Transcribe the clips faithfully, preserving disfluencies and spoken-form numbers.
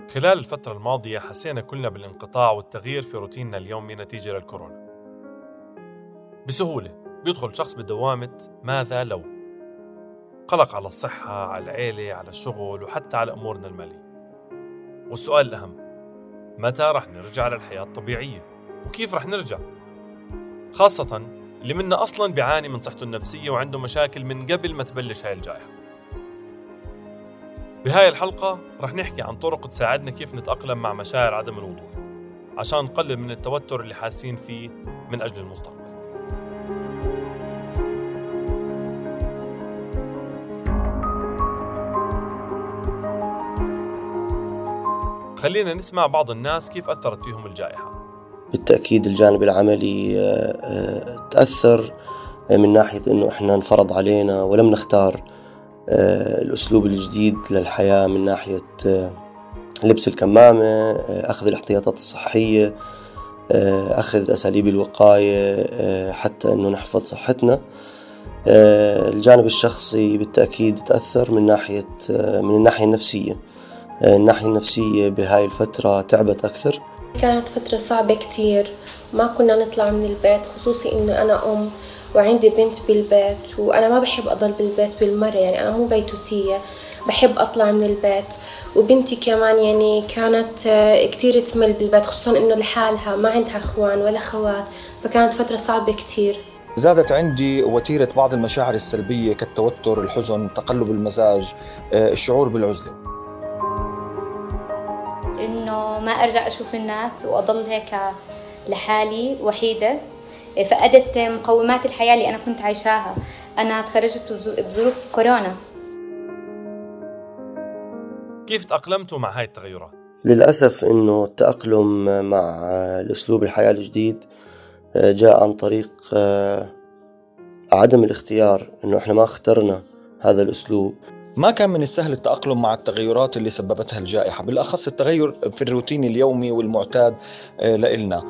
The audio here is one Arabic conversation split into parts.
خلال الفترة الماضية حسينا كلنا بالانقطاع والتغيير في روتيننا اليومي نتيجة للكورونا. بسهولة بيدخل شخص بدوامة ماذا لو، قلق على الصحة، على العيلة، على الشغل، وحتى على أمورنا المالية. والسؤال الأهم، متى رح نرجع للحياة الطبيعية؟ وكيف رح نرجع؟ خاصة اللي منا أصلاً بيعاني من صحته النفسية وعنده مشاكل من قبل ما تبلش هاي الجائحة. بهاي الحلقة رح نحكي عن طرق تساعدنا كيف نتأقلم مع مشاعر عدم الوضوح عشان نقلل من التوتر اللي حاسين فيه من أجل المستقبل. خلينا نسمع بعض الناس كيف أثرت فيهم الجائحة. بالتأكيد الجانب العملي تأثر من ناحية أنه إحنا انفرض علينا ولم نختار الأسلوب الجديد للحياة، من ناحية لبس الكمامة، أخذ الاحتياطات الصحية، أخذ أساليب الوقاية حتى أنه نحفظ صحتنا. الجانب الشخصي بالتأكيد تأثر من ناحية من الناحية النفسية. الناحية النفسية بهاي الفترة تعبت أكثر. كانت فترة صعبة كتير، ما كنا نطلع من البيت، خصوصي إنه أنا أم وعندي بنت بالبيت، وأنا ما بحب أضل بالبيت بالمرة، يعني أنا مو بيتوتية، بحب أطلع من البيت. وبنتي كمان يعني كانت كتير تمل بالبيت، خصوصا إنه لحالها ما عندها أخوان ولا خوات، فكانت فترة صعبة كتير. زادت عندي وتيرة بعض المشاعر السلبية كالتوتر، الحزن، تقلب المزاج، الشعور بالعزلة. إنه ما أرجع أشوف الناس وأضل هيك لحالي وحيدة، فقدت مقومات الحياة اللي أنا كنت عايشاها. أنا تخرجت بظروف كورونا. كيف تأقلمتوا مع هاي التغيرات؟ للأسف إنه التأقلم مع الأسلوب الحياة الجديد جاء عن طريق عدم الاختيار، إنه إحنا ما اخترنا هذا الأسلوب. ما كان من السهل التأقلم مع التغيرات اللي سببتها الجائحة، بالأخص التغير في الروتين اليومي والمعتاد لإلنا.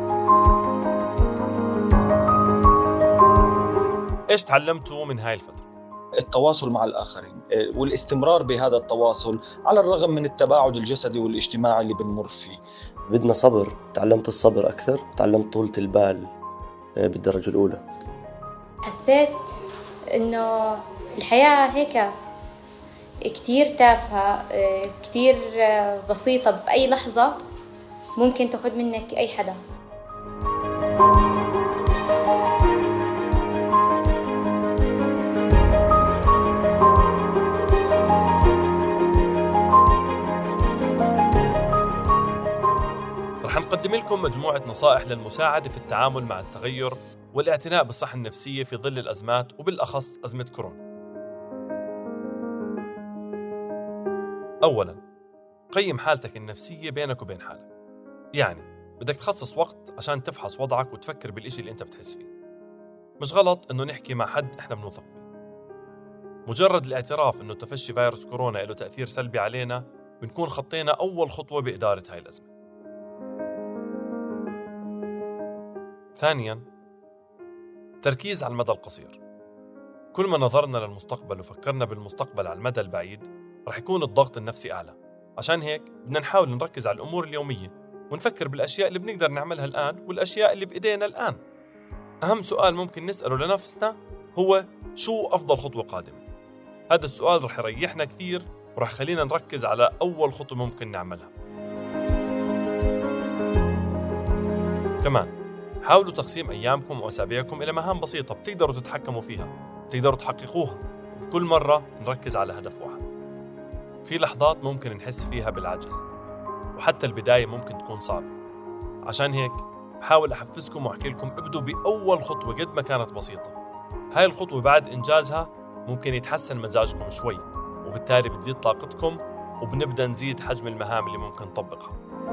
إيش تعلمتوا من هاي الفترة؟ التواصل مع الآخرين والاستمرار بهذا التواصل على الرغم من التباعد الجسدي والاجتماعي اللي بنمر فيه. بدنا صبر، تعلمت الصبر أكثر، تعلمت طولة البال بالدرجة الأولى. حسيت إنه الحياة هيك كتير تافهة، كتير بسيطة، بأي لحظة ممكن تاخد منك أي حدا. رح نقدم لكم مجموعة نصائح للمساعدة في التعامل مع التغير والاعتناء بالصحة النفسية في ظل الأزمات، وبالأخص أزمة كورونا. أولاً، قيم حالتك النفسية بينك وبين حالك. يعني بدك تخصص وقت عشان تفحص وضعك وتفكر بالإشي اللي أنت بتحس فيه. مش غلط إنه نحكي مع حد إحنا بنوثق فيه. مجرد الاعتراف إنه تفشي فيروس كورونا له تأثير سلبي علينا، بنكون خطينا أول خطوة بإدارة هاي الأزمة. ثانياً، تركيز على المدى القصير. كل ما نظرنا للمستقبل وفكرنا بالمستقبل على المدى البعيد رح يكون الضغط النفسي أعلى. عشان هيك بدنا نحاول نركز على الأمور اليومية ونفكر بالأشياء اللي بنقدر نعملها الآن والأشياء اللي بإيدينا الآن. أهم سؤال ممكن نسأله لنفسنا هو شو أفضل خطوة قادمة؟ هذا السؤال رح يريحنا كثير ورح خلينا نركز على أول خطوة ممكن نعملها. كمان حاولوا تقسيم أيامكم وأسابيعكم إلى مهام بسيطة بتقدروا تتحكموا فيها، بتقدروا تحققوها، وكل مرة نركز على هدف واحد. في لحظات ممكن نحس فيها بالعجز، وحتى البداية ممكن تكون صعبة. عشان هيك بحاول أحفزكم وأحكي لكم ابدوا بأول خطوة قد ما كانت بسيطة. هاي الخطوة بعد إنجازها ممكن يتحسن مزاجكم شوي، وبالتالي بتزيد طاقتكم وبنبدأ نزيد حجم المهام اللي ممكن نطبقها.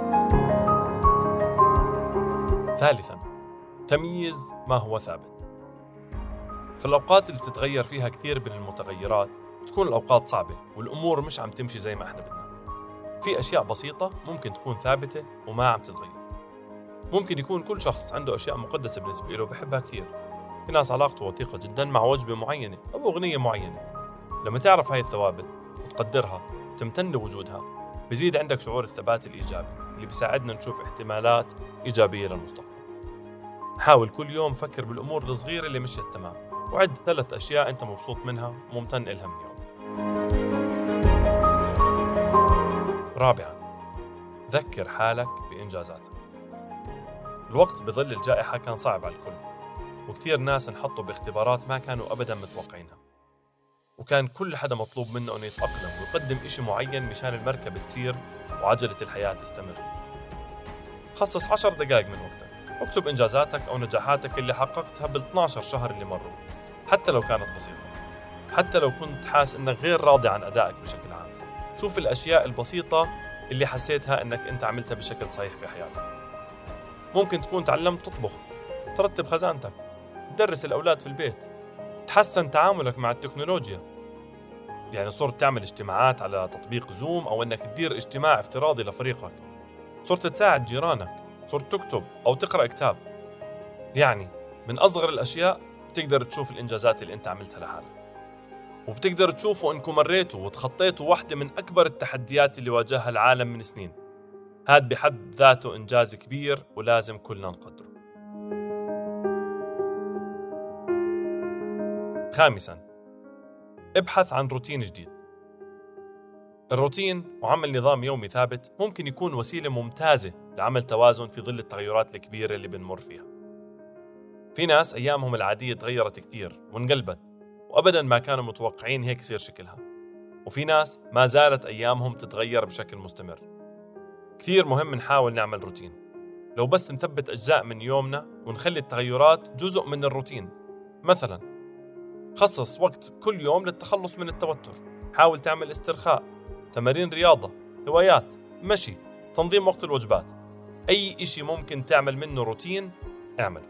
ثالثاً، تمييز ما هو ثابت. في الأوقات اللي بتتغير فيها كثير من المتغيرات تكون الأوقات صعبة والأمور مش عم تمشي زي ما احنا بدنا. في أشياء بسيطة ممكن تكون ثابتة وما عم تتغير. ممكن يكون كل شخص عنده أشياء مقدسة بالنسبة له بحبها كثير. في ناس علاقته وثيقة جدا مع وجبة معينة أو أغنية معينة. لما تعرف هاي الثوابت وتقدرها وتمتن لوجودها بزيد عندك شعور الثبات الإيجابي اللي بيساعدنا نشوف احتمالات إيجابية للمستقبل. حاول كل يوم فكر بالأمور الصغيرة اللي مشيت تمام، وعد ثلاث أشياء أنت مبسوط منها وممتن إلها من يوم. رابعاً، ذكر حالك بإنجازاتك. الوقت بظل الجائحة كان صعب على الكل، وكثير ناس انحطوا باختبارات ما كانوا أبداً متوقعينها، وكان كل حدا مطلوب منه أنه يتأقلم ويقدم إشي معين مشان المركبة تسير وعجلة الحياة تستمر. خصص عشر دقائق من وقتك، اكتب إنجازاتك أو نجاحاتك اللي حققتها بال12 شهر اللي مروا، حتى لو كانت بسيطة، حتى لو كنت حاس أنك غير راضي عن أدائك بشكل عام. شوف الأشياء البسيطة اللي حسيتها أنك أنت عملتها بشكل صحيح في حياتك. ممكن تكون تعلمت تطبخ، ترتب خزانتك، تدرس الأولاد في البيت، تحسن تعاملك مع التكنولوجيا، يعني صرت تعمل اجتماعات على تطبيق زوم أو أنك تدير اجتماع افتراضي لفريقك، صرت تساعد جيرانك، صرت تكتب أو تقرأ كتاب. يعني من أصغر الأشياء بتقدر تشوف الإنجازات اللي أنت عملتها لحالك، وبتقدر تشوفوا أنكم مريتوا وتخطيتوا واحدة من أكبر التحديات اللي واجهها العالم من سنين. هاد بحد ذاته إنجاز كبير ولازم كلنا نقدره. خامساً، ابحث عن روتين جديد. الروتين وعمل نظام يومي ثابت ممكن يكون وسيلة ممتازة لعمل توازن في ظل التغيرات الكبيرة اللي بنمر فيها. في ناس أيامهم العادية تغيرت كثير وانقلبت وأبداً ما كانوا متوقعين هيك يصير شكلها، وفي ناس ما زالت أيامهم تتغير بشكل مستمر. كثير مهم نحاول نعمل روتين، لو بس نثبت أجزاء من يومنا ونخلي التغيرات جزء من الروتين. مثلاً خصص وقت كل يوم للتخلص من التوتر، حاول تعمل استرخاء، تمارين رياضة، هوايات، مشي، تنظيم وقت الوجبات. أي إشي ممكن تعمل منه روتين اعمل.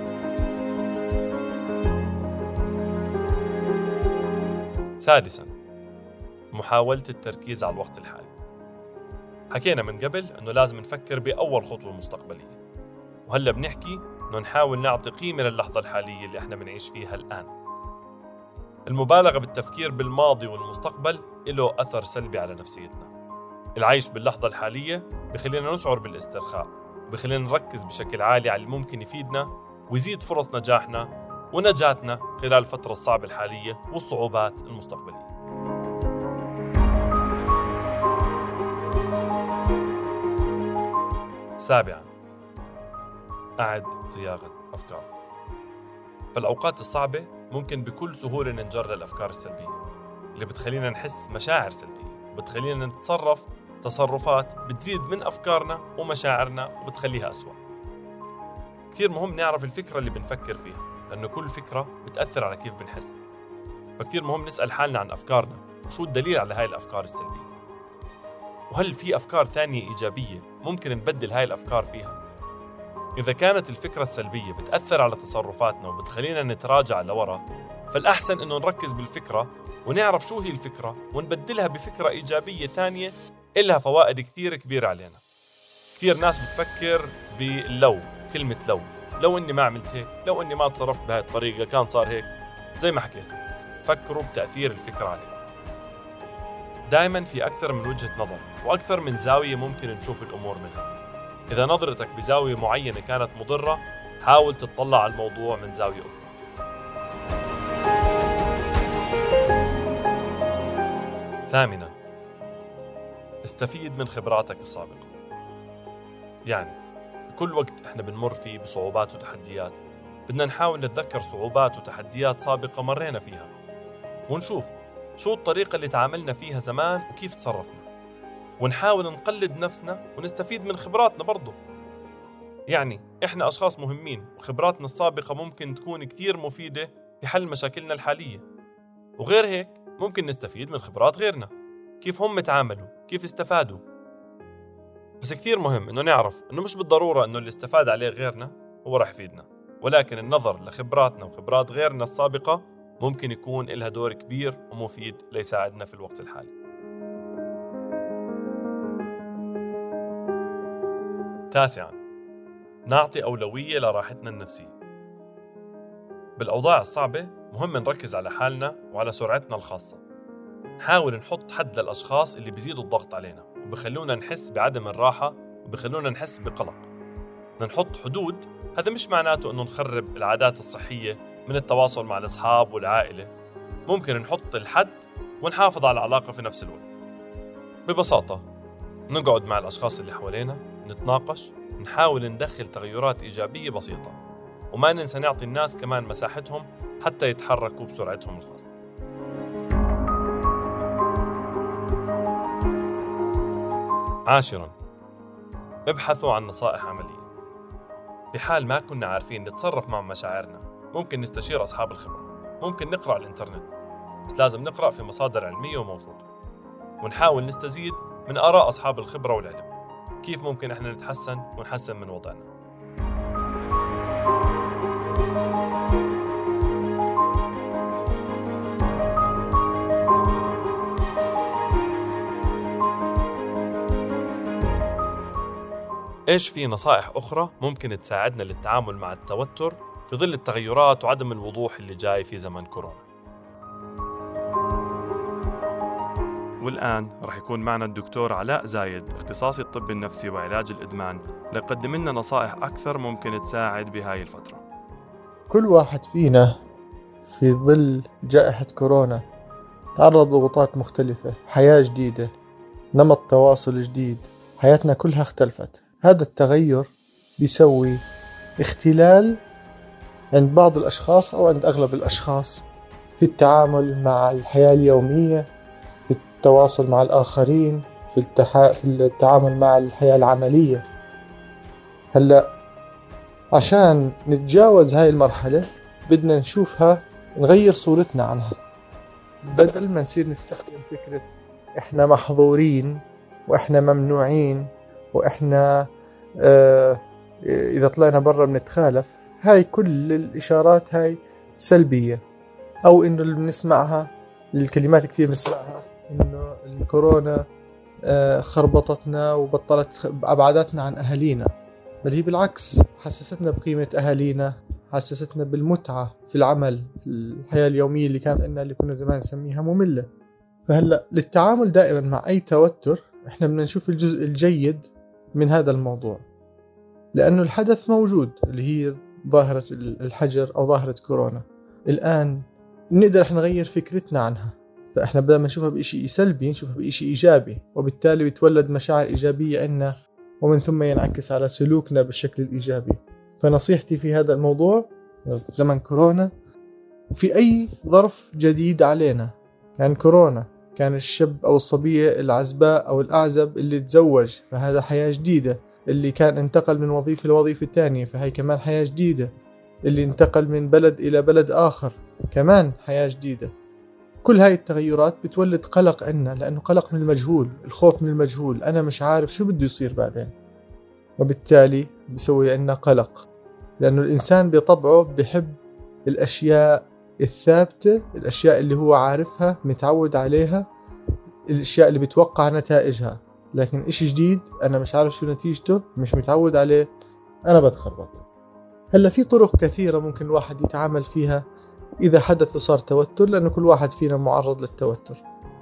سادساً، محاولة التركيز على الوقت الحالي. حكينا من قبل أنه لازم نفكر بأول خطوة مستقبلية، وهلأ بنحكي أنه نحاول نعطي قيمة للحظة الحالية اللي احنا بنعيش فيها الآن. المبالغة بالتفكير بالماضي والمستقبل له أثر سلبي على نفسيتنا. العيش باللحظة الحالية بخلينا نشعر بالاسترخاء، بخلينا نركز بشكل عالي على اللي ممكن يفيدنا ويزيد فرص نجاحنا ونجاتنا خلال الفترة الصعبة الحالية والصعوبات المستقبلية. سابعاً، أعد صياغة أفكار. فالأوقات الصعبة ممكن بكل سهولة ننجر للأفكار السلبية اللي بتخلينا نحس مشاعر سلبية وبتخلينا نتصرف تصرفات بتزيد من أفكارنا ومشاعرنا وبتخليها أسوأ. كثير مهم نعرف الفكرة اللي بنفكر فيها، لأنه كل فكرة بتأثر على كيف بنحس. فكثير مهم نسأل حالنا عن أفكارنا وشو الدليل على هاي الأفكار السلبية، وهل في أفكار ثانية إيجابية ممكن نبدل هاي الأفكار فيها. إذا كانت الفكرة السلبية بتأثر على تصرفاتنا وبتخلينا نتراجع لورا، فالأحسن إنه نركز بالفكرة ونعرف شو هي الفكرة ونبدلها بفكرة إيجابية تانية إلها فوائد كثير كبيرة علينا. كثير ناس بتفكر باللو، كلمة لو لو إني ما عملت هيك، لو إني ما تصرفت بهاي الطريقة كان صار هيك. زي ما حكيت، فكروا بتأثير الفكرة علينا. دائما في أكثر من وجهة نظر وأكثر من زاوية ممكن نشوف الأمور منها. إذا نظرتك بزاوية معينة كانت مضرة، حاول تطلع على الموضوع من زاوية أخرى. ثامناً، استفيد من خبراتك السابقة. يعني بكل وقت احنا بنمر فيه بصعوبات وتحديات، بدنا نحاول نتذكر صعوبات وتحديات سابقة مرينا فيها ونشوف شو الطريقة اللي تعاملنا فيها زمان وكيف تصرفنا، ونحاول نقلد نفسنا ونستفيد من خبراتنا برضو. يعني إحنا أشخاص مهمين وخبراتنا السابقة ممكن تكون كثير مفيدة في حل مشاكلنا الحالية، وغير هيك ممكن نستفيد من خبرات غيرنا، كيف هم تعاملوا، كيف استفادوا. بس كثير مهم إنه نعرف إنه مش بالضرورة إنه اللي استفاد عليه غيرنا هو رح يفيدنا، ولكن النظر لخبراتنا وخبرات غيرنا السابقة ممكن يكون إلها دور كبير ومفيد ليساعدنا في الوقت الحالي. تاسعاً، نعطي أولوية لراحتنا النفسية. بالأوضاع الصعبة مهم نركز على حالنا وعلى سرعتنا الخاصة. نحاول نحط حد للأشخاص اللي بيزيدوا الضغط علينا وبخلونا نحس بعدم الراحة وبخلونا نحس بقلق. بدنا نحط حدود، هذا مش معناته أنه نخرب العادات الصحية من التواصل مع الأصحاب والعائلة. ممكن نحط الحد ونحافظ على العلاقة في نفس الوقت. ببساطة نقعد مع الأشخاص اللي حوالينا، نتناقش، نحاول ندخل تغيرات إيجابية بسيطة، وما ننسى نعطي الناس كمان مساحتهم حتى يتحركوا بسرعتهم الخاصة. عاشراً، ابحثوا عن نصائح عملية. بحال ما كنا عارفين نتصرف مع مشاعرنا، ممكن نستشير أصحاب الخبرة، ممكن نقرأ على الإنترنت، بس لازم نقرأ في مصادر علمية وموثوقة، ونحاول نستزيد من آراء أصحاب الخبرة والعلم. كيف ممكن إحنا نتحسن ونحسن من وضعنا؟ إيش في نصائح أخرى ممكن تساعدنا للتعامل مع التوتر في ظل التغيرات وعدم الوضوح اللي جاي في زمن كورونا؟ والآن رح يكون معنا الدكتور علاء زايد، اختصاصي الطب النفسي وعلاج الإدمان، ليقدم لنا نصائح أكثر ممكن تساعد بهاي الفترة. كل واحد فينا في ظل جائحة كورونا تعرض لضغوطات مختلفة، حياة جديدة، نمط تواصل جديد، حياتنا كلها اختلفت. هذا التغير بيسوي اختلال عند بعض الأشخاص أو عند أغلب الأشخاص في التعامل مع الحياة اليومية، في التواصل مع الآخرين، في, التح... في التعامل مع الحياة العملية. هلأ عشان نتجاوز هاي المرحلة بدنا نشوفها، نغير صورتنا عنها، بدل ما نصير نستخدم فكرة إحنا محظورين وإحنا ممنوعين وإحنا آه إذا طلعنا برا بنتخالف. هاي كل الإشارات هاي سلبية، أو إنه اللي بنسمعها الكلمات كتير بنسمعها إنه الكورونا آه خربطتنا وبطلت أبعدتنا عن أهالينا، بل هي بالعكس حسستنا بقيمة أهالينا، حسستنا بالمتعة في العمل، في الحياة اليومية اللي كانت لنا اللي كنا زمان نسميها مملة. فهلأ للتعامل دائما مع أي توتر إحنا بدنا نشوف الجزء الجيد من هذا الموضوع، لأنه الحدث موجود اللي هي ظاهرة الحجر أو ظاهرة كورونا. الآن نقدر إحنا نغير فكرتنا عنها، فإحنا بدل ما نشوفها بإشي سلبي نشوفها بإشي إيجابي، وبالتالي بيتولد مشاعر إيجابية عنا، ومن ثم ينعكس على سلوكنا بالشكل الإيجابي. فنصيحتي في هذا الموضوع زمن كورونا وفي أي ظرف جديد علينا، كان كورونا، كان الشاب أو الصبية العزباء أو الأعزب اللي تزوج فهذا حياة جديدة، اللي كان انتقل من وظيفة لوظيفة تانية فهي كمان حياة جديدة، اللي انتقل من بلد إلى بلد آخر كمان حياة جديدة. كل هاي التغيرات بتولد قلق عنا، لأنه قلق من المجهول، الخوف من المجهول، أنا مش عارف شو بده يصير بعدين، وبالتالي بيسوي عنا قلق، لأنه الإنسان بطبعه بحب الأشياء الثابتة، الأشياء اللي هو عارفها متعود عليها، الأشياء اللي بتوقع نتائجها. لكن إشي جديد أنا مش عارف شو نتيجته، مش متعود عليه، أنا بتخربط. هلا في طرق كثيرة ممكن الواحد يتعامل فيها إذا حدث وصار توتر، لأنه كل واحد فينا معرض للتوتر.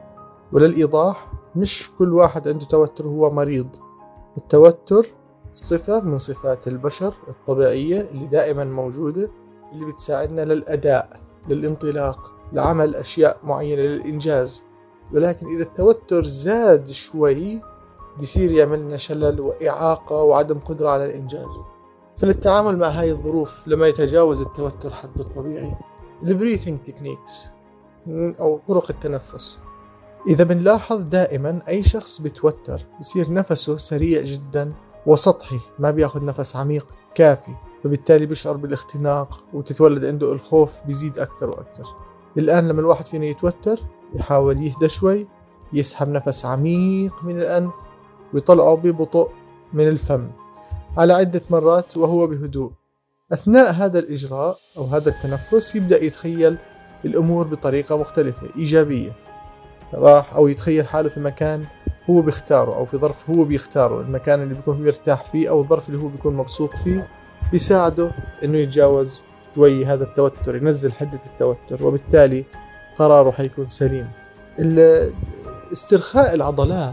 وللإيضاح، مش كل واحد عنده توتر هو مريض. التوتر صفة من صفات البشر الطبيعية اللي دائما موجودة، اللي بتساعدنا للأداء، للانطلاق، لعمل أشياء معينة، للإنجاز. ولكن إذا التوتر زاد شوي بيصير يعملنا شلل وإعاقة وعدم قدرة على الإنجاز. فللتعامل مع هاي الظروف لما يتجاوز التوتر حده الطبيعي، the breathing techniques أو طرق التنفس. إذا بنلاحظ دائما أي شخص بتوتر بيصير نفسه سريع جدا وسطحي، ما بياخد نفس عميق كافي، فبالتالي بيشعر بالاختناق وتتولد عنده الخوف بيزيد أكتر وأكتر. الآن لما الواحد فينا يتوتر يحاول يهدى شوي، يسحب نفس عميق من الأنف ويطلعه ببطء من الفم على عدة مرات وهو بهدوء. أثناء هذا الإجراء أو هذا التنفس يبدأ يتخيل الأمور بطريقة مختلفة إيجابية، راح أو يتخيل حاله في مكان هو بيختاره أو في ظرف هو بيختاره، المكان اللي بيكون مرتاح فيه أو الظرف اللي هو بيكون مبسوط فيه، بيساعده إنه يتجاوز شوي هذا التوتر، ينزل حدة التوتر، وبالتالي قراره حيكون سليم. استرخاء العضلات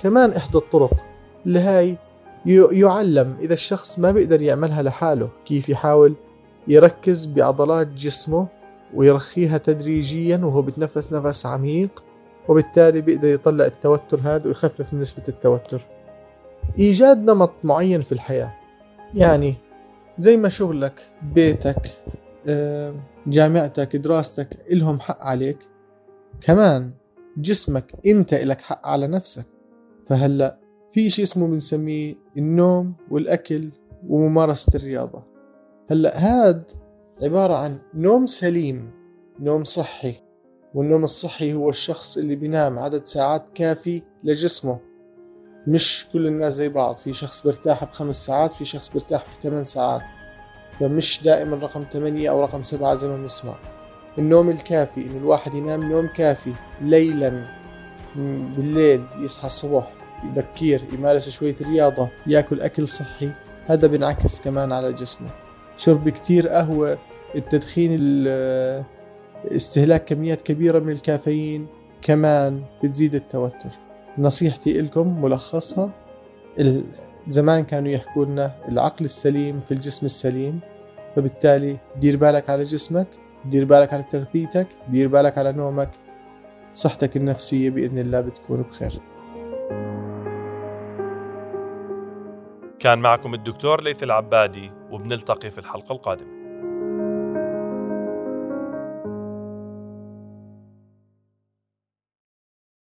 كمان إحدى الطرق اللي هاي يعلم إذا الشخص ما بيقدر يعملها لحاله كيف يحاول يركز بعضلات جسمه ويرخيها تدريجيا وهو بتنفس نفس عميق، وبالتالي بيقدر يطلع التوتر هذا ويخفف من نسبة التوتر. إيجاد نمط معين في الحياة، يعني زي ما شغلك، بيتك، جامعتك، دراستك إلهم حق عليك، كمان جسمك أنت إلك حق على نفسك. فهلأ في شيء اسمه بنسميه النوم والأكل وممارسة الرياضة. هلأ هاد عبارة عن نوم سليم، نوم صحي. والنوم الصحي هو الشخص اللي بينام عدد ساعات كافي لجسمه. مش كل الناس زي بعض، في شخص بيرتاح بخمس ساعات، في شخص بيرتاح في ثمان ساعات، فمش دائما رقم ثمانية أو رقم سبعة زي ما بنسمع. النوم الكافي إن الواحد ينام نوم كافي ليلا، بالليل يصحى الصبح بكير، يمارس شوية رياضة، يأكل أكل صحي، هذا بينعكس كمان على جسمه. شرب كتير قهوة، التدخين، استهلاك كميات كبيرة من الكافيين كمان بتزيد التوتر. نصيحتي لكم ملخصها، زمان كانوا يحكوا لنا العقل السليم في الجسم السليم، فبالتالي دير بالك على جسمك، دير بالك على تغذيتك، دير بالك على نومك، صحتك النفسية بإذن الله بتكون بخير. كان معكم الدكتور ليث العبادي، وبنلتقي في الحلقة القادمة.